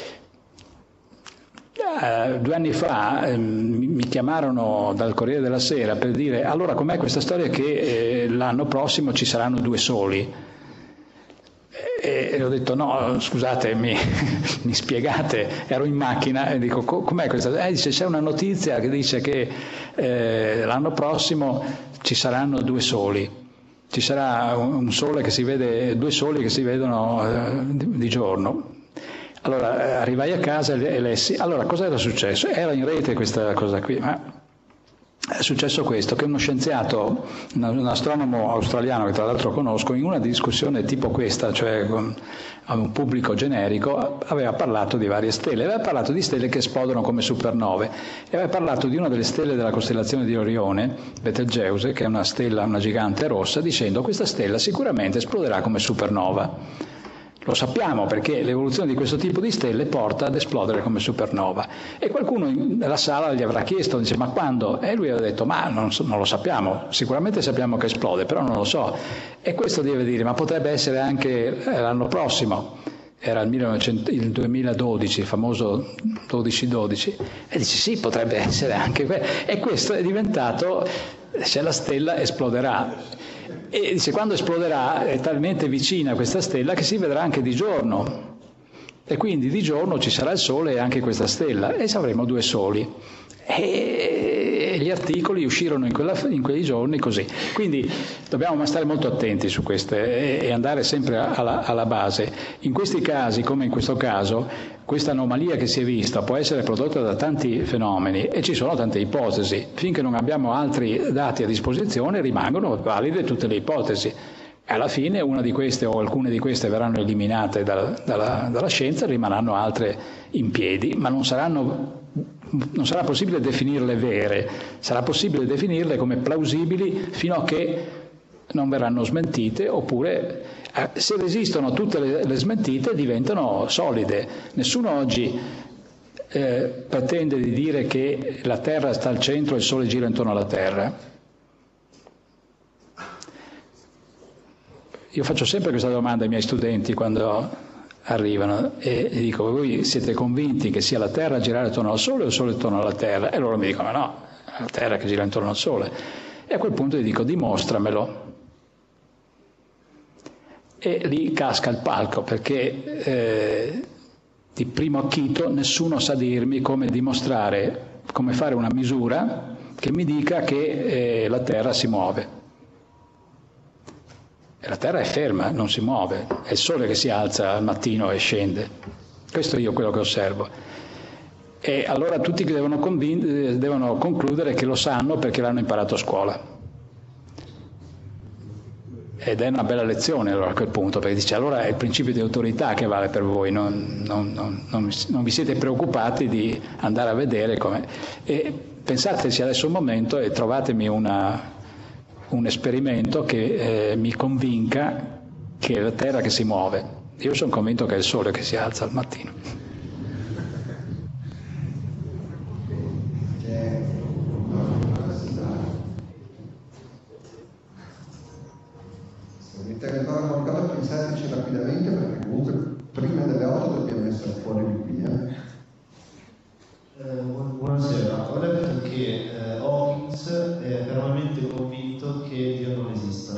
2 anni fa mi chiamarono dal Corriere della Sera per dire allora com'è questa storia che l'anno prossimo ci saranno 2 soli, e ho detto no, scusate, mi spiegate, ero in macchina e dico com'è questa? Dice c'è una notizia che dice che l'anno prossimo ci saranno 2 soli, ci sarà un sole che si vede, 2 soli che si vedono di giorno. Allora arrivai a casa e lessi, allora cosa era successo? Era in rete questa cosa qui, ma è successo questo, che uno scienziato, un astronomo australiano che tra l'altro conosco, in una discussione tipo questa, cioè a un pubblico generico, aveva parlato di varie stelle, aveva parlato di stelle che esplodono come supernove, e aveva parlato di una delle stelle della costellazione di Orione, Betelgeuse, che è una stella, una gigante rossa, dicendo questa stella sicuramente esploderà come supernova. Lo sappiamo perché l'evoluzione di questo tipo di stelle porta ad esplodere come supernova. E qualcuno nella sala gli avrà chiesto, dice, ma quando? E lui aveva detto, ma non lo sappiamo, sicuramente sappiamo che esplode, però non lo so. E questo deve dire, ma potrebbe essere anche l'anno prossimo. Era il 2012, il famoso 12-12. E dice, sì, potrebbe essere anche quello. E questo è diventato, se la stella esploderà. E dice, quando esploderà è talmente vicina questa stella che si vedrà anche di giorno, e quindi di giorno ci sarà il Sole e anche questa stella, e avremo 2 soli. E gli articoli uscirono in quei giorni così. Quindi dobbiamo stare molto attenti su queste e andare sempre alla base. In questi casi, come in questo caso, questa anomalia che si è vista può essere prodotta da tanti fenomeni e ci sono tante ipotesi. Finché non abbiamo altri dati a disposizione rimangono valide tutte le ipotesi. Alla fine una di queste o alcune di queste verranno eliminate dalla scienza, rimarranno altre in piedi, ma non sarà possibile definirle vere, sarà possibile definirle come plausibili fino a che non verranno smentite, oppure se resistono tutte le smentite diventano solide. Nessuno oggi pretende di dire che la Terra sta al centro e il Sole gira intorno alla Terra. Io faccio sempre questa domanda ai miei studenti quando arrivano e gli dico: voi siete convinti che sia la Terra a girare attorno al Sole o il Sole attorno alla Terra? E loro mi dicono: ma no, è la Terra che gira intorno al Sole. E a quel punto gli dico: dimostramelo. E lì casca il palco, perché di primo acchito nessuno sa dirmi come dimostrare, come fare una misura che mi dica che la Terra si muove. E la Terra è ferma, non si muove, è il Sole che si alza al mattino e scende. Questo è io quello che osservo. E allora tutti devono concludere che lo sanno perché l'hanno imparato a scuola. Ed è una bella lezione allora a quel punto, perché dice: allora è il principio di autorità che vale per voi, non vi siete preoccupati di andare a vedere come. E pensateci adesso un momento e trovatemi un esperimento che mi convinca che è la Terra che si muove. Io sono convinto che è il Sole che si alza al mattino. Qualcosa pensateci rapidamente, perché comunque prima delle 8 dobbiamo essere fuori di qui. Buonasera, ho letto che Hawkins è fermamente convinto che Dio non esista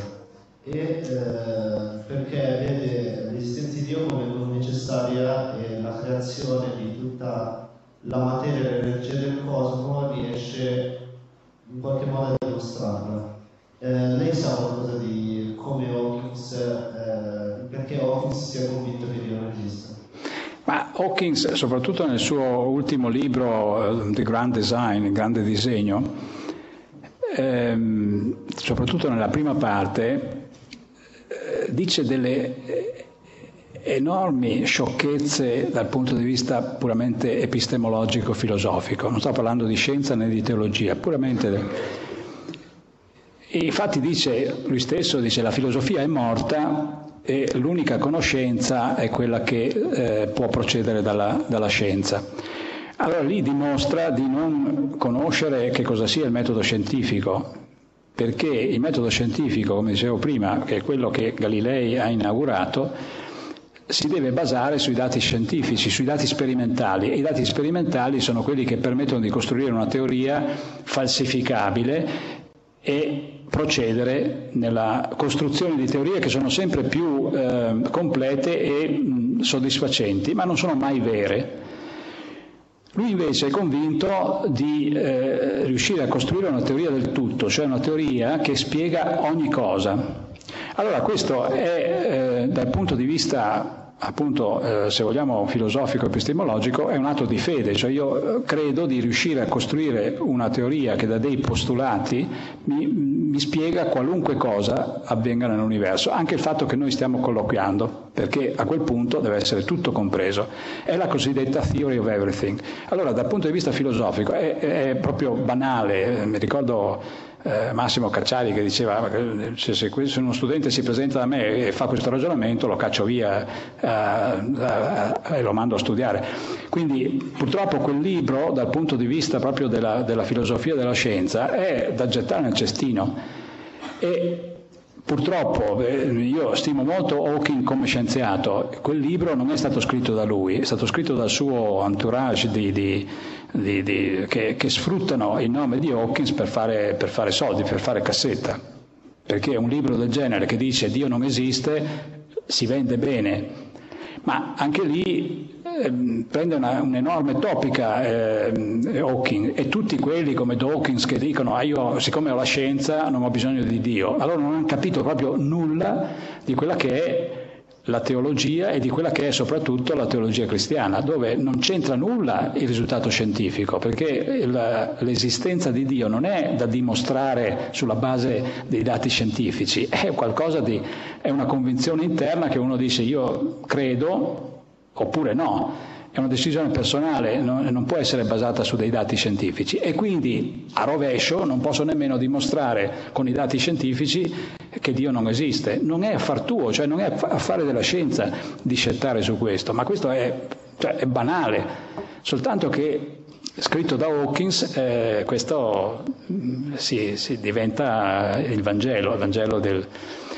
perché vede l'esistenza di Dio come non necessaria e la creazione di tutta la materia e l'energia del cosmo riesce in qualche modo a dimostrarla. Lei sa qualcosa di come Hawkins, perché Hawkins sia convinto che Dio non esista? Ma Hawkins, soprattutto nel suo ultimo libro, The Grand Design, il grande disegno, soprattutto nella prima parte, dice delle enormi sciocchezze dal punto di vista puramente epistemologico-filosofico. Non sto parlando di scienza né di teologia, puramente. E infatti dice, lui stesso dice: la filosofia è morta e l'unica conoscenza è quella che può procedere dalla scienza. Allora lì dimostra di non conoscere che cosa sia il metodo scientifico, perché il metodo scientifico, come dicevo prima, che è quello che Galilei ha inaugurato, si deve basare sui dati scientifici, sui dati sperimentali, e i dati sperimentali sono quelli che permettono di costruire una teoria falsificabile e procedere nella costruzione di teorie che sono sempre più complete e soddisfacenti, ma non sono mai vere. Lui invece è convinto di riuscire a costruire una teoria del tutto, cioè una teoria che spiega ogni cosa. Allora questo è dal punto di vista appunto, se vogliamo, filosofico-epistemologico, è un atto di fede, cioè io credo di riuscire a costruire una teoria che da dei postulati mi spiega qualunque cosa avvenga nell'universo, anche il fatto che noi stiamo colloquiando, perché a quel punto deve essere tutto compreso. È la cosiddetta theory of everything. Allora, dal punto di vista filosofico è proprio banale. Mi ricordo Massimo Cacciari che diceva: se uno studente si presenta da me e fa questo ragionamento, lo caccio via e lo mando a studiare. Quindi purtroppo quel libro, dal punto di vista proprio della filosofia della scienza, è da gettare nel cestino. E purtroppo io stimo molto Hawking come scienziato. Quel libro non è stato scritto da lui, è stato scritto dal suo entourage che sfruttano il nome di Hawkins per fare soldi, per fare cassetta, perché un libro del genere che dice Dio non esiste si vende bene, ma anche lì prende un'enorme topica Hawking, e tutti quelli come Dawkins che dicono io siccome ho la scienza non ho bisogno di Dio, allora non hanno capito proprio nulla di quella che è la teologia e di quella che è soprattutto la teologia cristiana, dove non c'entra nulla il risultato scientifico, perché l'esistenza di Dio non è da dimostrare sulla base dei dati scientifici, è è una convinzione interna che uno dice io credo oppure no. È una decisione personale, non può essere basata su dei dati scientifici, e quindi a rovescio non posso nemmeno dimostrare con i dati scientifici che Dio non esiste. Non è affar tuo, cioè non è affare della scienza discettare su questo, ma questo è banale, soltanto che scritto da Hawkins questo si diventa il Vangelo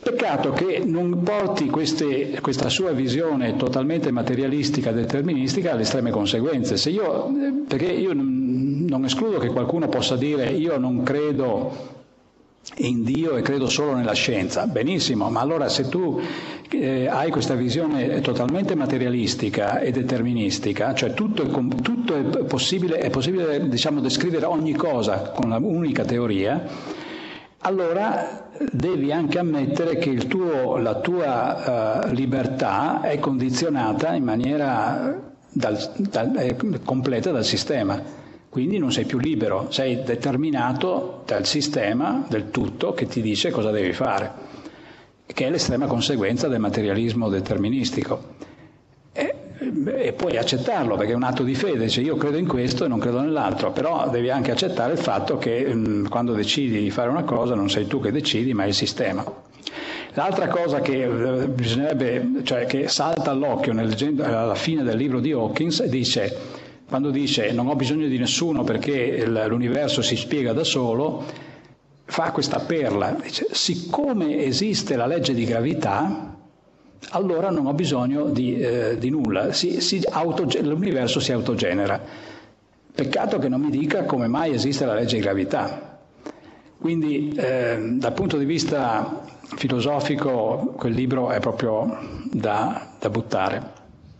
Peccato che non porti questa sua visione totalmente materialistica, deterministica alle estreme conseguenze. Perché io non escludo che qualcuno possa dire io non credo in Dio e credo solo nella scienza. Benissimo, ma allora se tu hai questa visione totalmente materialistica e deterministica, cioè tutto è possibile diciamo descrivere ogni cosa con un'unica teoria, allora devi anche ammettere che la tua libertà è condizionata in maniera completa dal sistema. Quindi non sei più libero, sei determinato dal sistema, del tutto, che ti dice cosa devi fare, che è l'estrema conseguenza del materialismo deterministico. E puoi accettarlo perché è un atto di fede, cioè io credo in questo e non credo nell'altro, però devi anche accettare il fatto che quando decidi di fare una cosa non sei tu che decidi, ma è il sistema. L'altra cosa che che salta all'occhio alla fine del libro di Hawkins quando dice non ho bisogno di nessuno perché l'universo si spiega da solo, fa questa perla, dice siccome esiste la legge di gravità, allora non ho bisogno di nulla, l'universo si autogenera. Peccato che non mi dica come mai esiste la legge di gravità. Quindi dal punto di vista filosofico quel libro è proprio da buttare.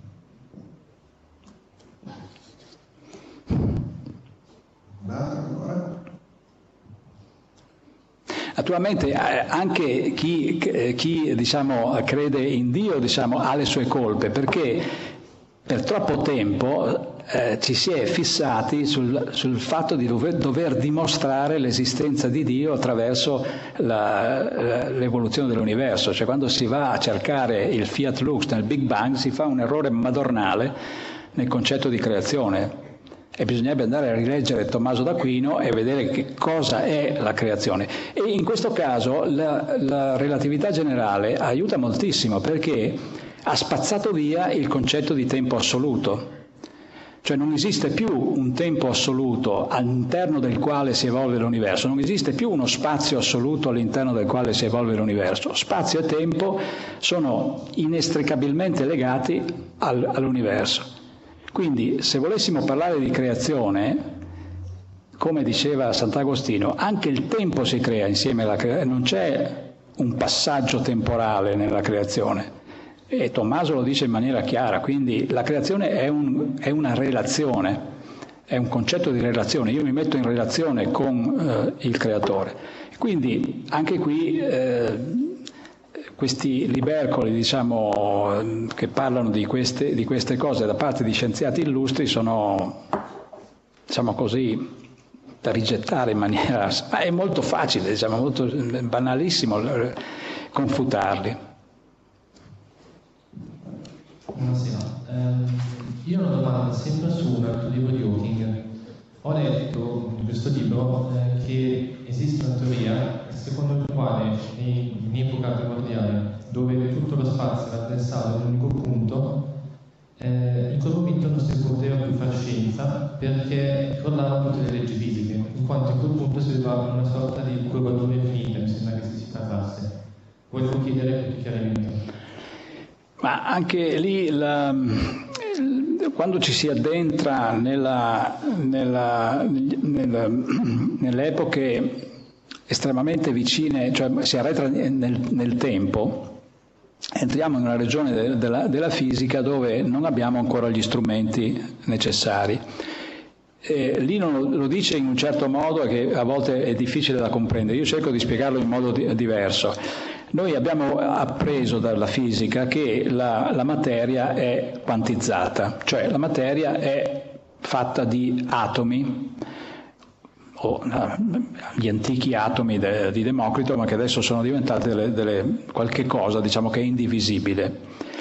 Naturalmente anche chi diciamo, crede in Dio ha le sue colpe, perché per troppo tempo ci si è fissati sul fatto di dover dimostrare l'esistenza di Dio attraverso l'evoluzione dell'universo. Cioè quando si va a cercare il Fiat Lux nel Big Bang si fa un errore madornale nel concetto di creazione. E bisognerebbe andare a rileggere Tommaso d'Aquino e vedere che cosa è la creazione. E in questo caso la relatività generale aiuta moltissimo perché ha spazzato via il concetto di tempo assoluto. Cioè non esiste più un tempo assoluto all'interno del quale si evolve l'universo, non esiste più uno spazio assoluto all'interno del quale si evolve l'universo. Spazio e tempo sono inestricabilmente legati all'universo. Quindi, se volessimo parlare di creazione, come diceva Sant'Agostino, anche il tempo si crea insieme alla creazione, non c'è un passaggio temporale nella creazione. E Tommaso lo dice in maniera chiara, quindi la creazione è una relazione, è un concetto di relazione. Io mi metto in relazione con il creatore. Quindi, anche qui questi libercoli, diciamo, che parlano di queste cose da parte di scienziati illustri sono, diciamo così, da rigettare in maniera... Ma è molto facile, diciamo, molto banalissimo confutarli. Buonasera. Io ho una domanda sempre su un altro libro di Hawking. Ho letto in questo libro che esiste una teoria secondo la quale in epoca primordiale, dove tutto lo spazio era addensato in un unico punto, in quel momento non si poteva più fare scienza perché crollavano tutte le leggi fisiche, in quanto in quel punto si arrivava a una sorta di curvatura infinita, mi sembra che si parlasse. Volevo chiedere più chiarimento. Ma anche lì quando ci si addentra nelle epoche estremamente vicine, cioè si arretra nel tempo, entriamo in una regione della fisica dove non abbiamo ancora gli strumenti necessari. Lì lo dice in un certo modo che a volte è difficile da comprendere. Io cerco di spiegarlo in modo diverso. Noi abbiamo appreso dalla fisica che la materia è quantizzata, cioè la materia è fatta di atomi, o gli antichi atomi di Democrito, ma che adesso sono diventate qualche cosa, diciamo, che è indivisibile.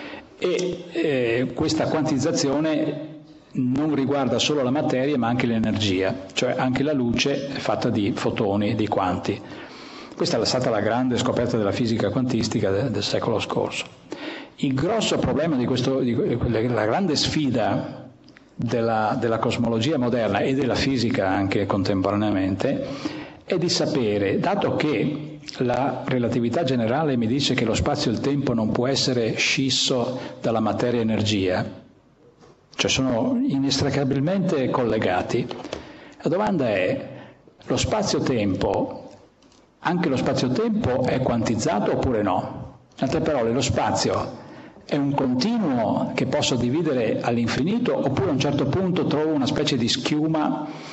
E questa quantizzazione non riguarda solo la materia, ma anche l'energia, cioè anche la luce è fatta di fotoni, di quanti. Questa è stata la grande scoperta della fisica quantistica del secolo scorso. Il grosso problema la grande sfida della cosmologia moderna e della fisica anche contemporaneamente è di sapere, dato che la relatività generale mi dice che lo spazio e il tempo non può essere scisso dalla materia-energia, cioè sono inestricabilmente collegati, la domanda è: lo spazio-tempo, anche lo spazio-tempo è quantizzato oppure no? In altre parole, lo spazio è un continuo che posso dividere all'infinito, oppure a un certo punto trovo una specie di schiuma?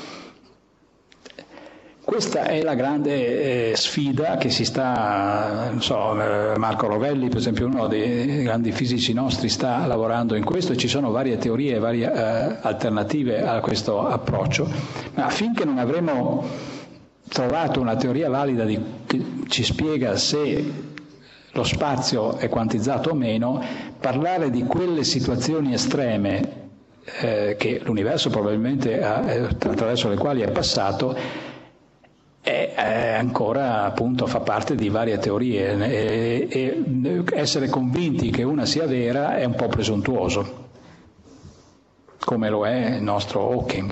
Questa è la grande sfida che si sta, non so, Marco Rovelli, per esempio, uno dei grandi fisici nostri, sta lavorando in questo, e ci sono varie teorie, varie alternative a questo approccio, ma finché non avremo trovato una teoria valida che ci spiega se lo spazio è quantizzato o meno, parlare di quelle situazioni estreme che l'universo probabilmente attraverso le quali è passato, è ancora, appunto, fa parte di varie teorie, e essere convinti che una sia vera è un po' presuntuoso, come lo è il nostro Hawking.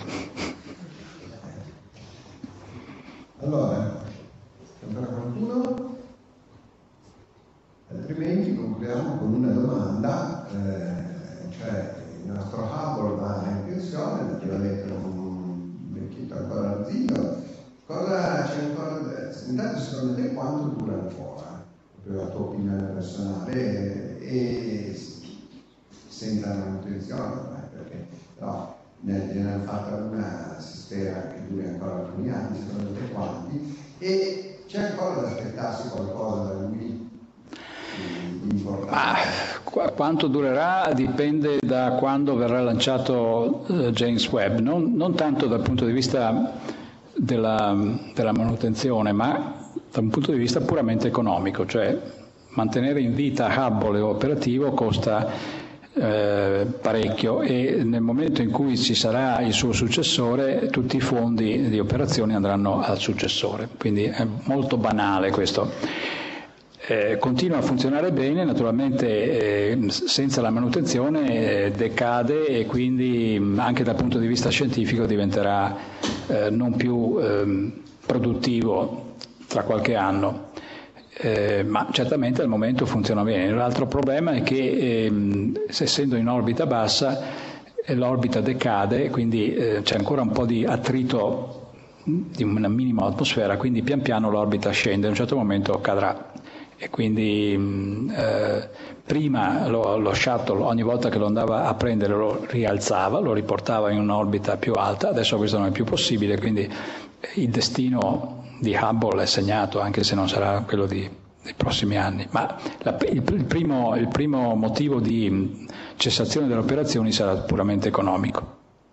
Allora, ancora qualcuno? Altrimenti concludiamo con una domanda, cioè il nostro Hubble va in pensione, naturalmente un vecchietto ancora arzino. Cosa c'è ancora? Intanto, secondo te quanto dura ancora? Per la tua opinione personale, e senza manutenzione, perché no, ne hanno fatta una, si spera che duri ancora alcuni anni, secondo te quanti? E c'è ancora da aspettarsi qualcosa da lui di importante? Quanto durerà dipende da quando verrà lanciato James Webb, non tanto dal punto di vista della manutenzione, ma da un punto di vista puramente economico, cioè mantenere in vita Hubble operativo costa parecchio, e nel momento in cui ci sarà il suo successore tutti i fondi di operazione andranno al successore, quindi è molto banale questo. Continua a funzionare bene, naturalmente senza la manutenzione decade, e quindi anche dal punto di vista scientifico diventerà non più produttivo tra qualche anno, ma certamente al momento funziona bene. L'altro problema è che essendo in orbita bassa l'orbita decade, quindi c'è ancora un po' di attrito di una minima atmosfera, quindi pian piano l'orbita scende, a un certo momento cadrà. E quindi prima lo shuttle, ogni volta che lo andava a prendere, lo rialzava, lo riportava in un'orbita più alta. Adesso questo non è più possibile, quindi il destino di Hubble è segnato, anche se non sarà quello dei prossimi anni. Ma il primo motivo di cessazione delle operazioni sarà puramente economico,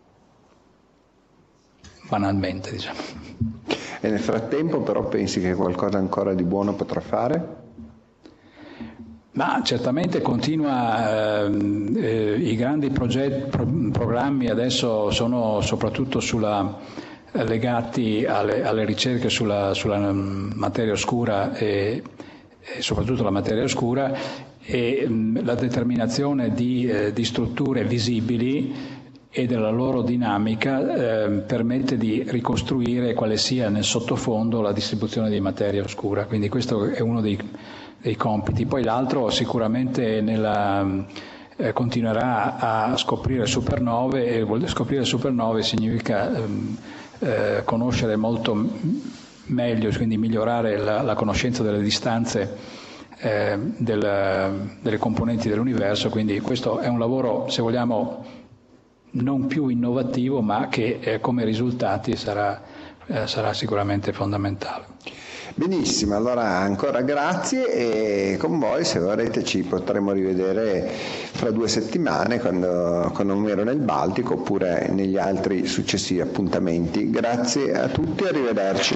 banalmente, diciamo. E nel frattempo però pensi che qualcosa ancora di buono potrà fare? Ma certamente continua, i grandi programmi adesso sono soprattutto legati alle ricerche sulla materia oscura, e soprattutto la materia oscura, e la determinazione di strutture visibili e della loro dinamica permette di ricostruire quale sia nel sottofondo la distribuzione di materia oscura. Quindi questo è uno dei compiti. Poi l'altro sicuramente continuerà a scoprire supernove, e scoprire supernove significa conoscere molto meglio, quindi migliorare la conoscenza delle distanze delle componenti dell'universo. Quindi questo è un lavoro, se vogliamo, non più innovativo, ma che come risultati sarà sicuramente fondamentale. Benissimo, allora ancora grazie, e con voi, se vorrete, ci potremo rivedere fra 2 settimane con Omero nel Baltico, oppure negli altri successivi appuntamenti. Grazie a tutti, arrivederci.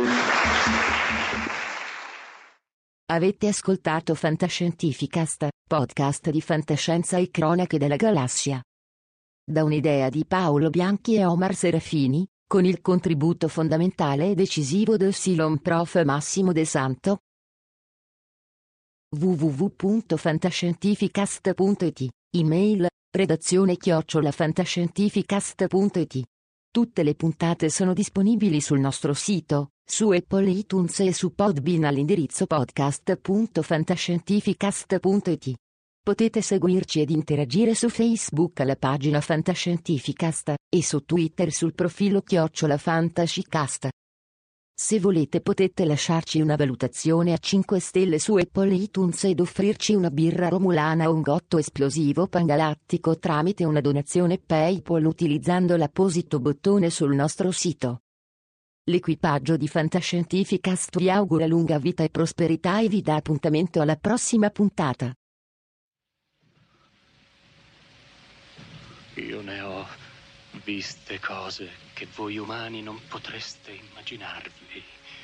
Avete ascoltato Fantascientificast, podcast di fantascienza e cronache della galassia. Da un'idea di Paolo Bianchi e Omar Serafini, con il contributo fondamentale e decisivo del Silon Prof. Massimo De Santo. www.fantascientificast.it, email, redazione@fantascientificast.it. Tutte le puntate sono disponibili sul nostro sito su Apple iTunes e su Podbean all'indirizzo podcast.fantascientificast.it. Potete seguirci ed interagire su Facebook alla pagina Fantascientificast e su Twitter sul profilo @fantascicast. Se volete potete lasciarci una valutazione a 5 stelle su Apple iTunes ed offrirci una birra romulana o un gotto esplosivo pangalattico tramite una donazione PayPal utilizzando l'apposito bottone sul nostro sito. L'equipaggio di Fantascientificast vi augura lunga vita e prosperità e vi dà appuntamento alla prossima puntata. Io ne ho viste cose che voi umani non potreste immaginarvi.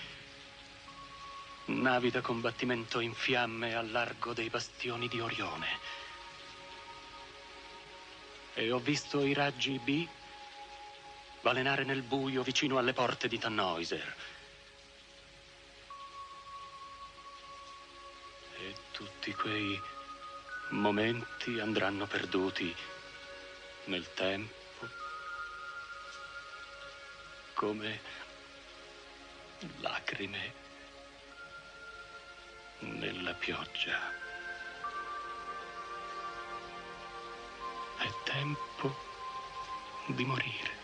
Navi da combattimento in fiamme al largo dei bastioni di Orione. E ho visto i raggi B balenare nel buio vicino alle porte di Tannhäuser. E tutti quei momenti andranno perduti nel tempo, come lacrime nella pioggia. È tempo di morire.